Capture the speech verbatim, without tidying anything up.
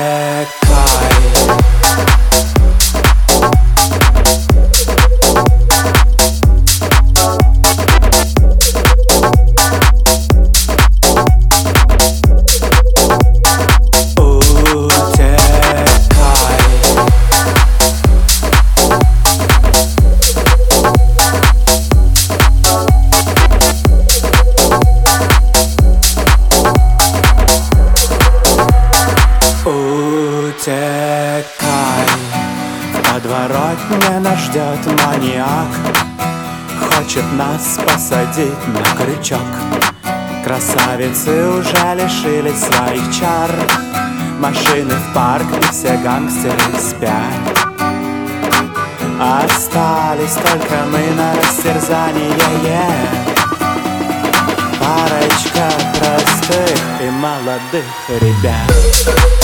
Утекай, в подворотне нас ждет маньяк, хочет нас посадить на крючок. Красавицы уже лишились своих чар, машины в парк и все гангстеры спят. Остались только мы на растерзание, yeah. Парочка простых и молодых ребят.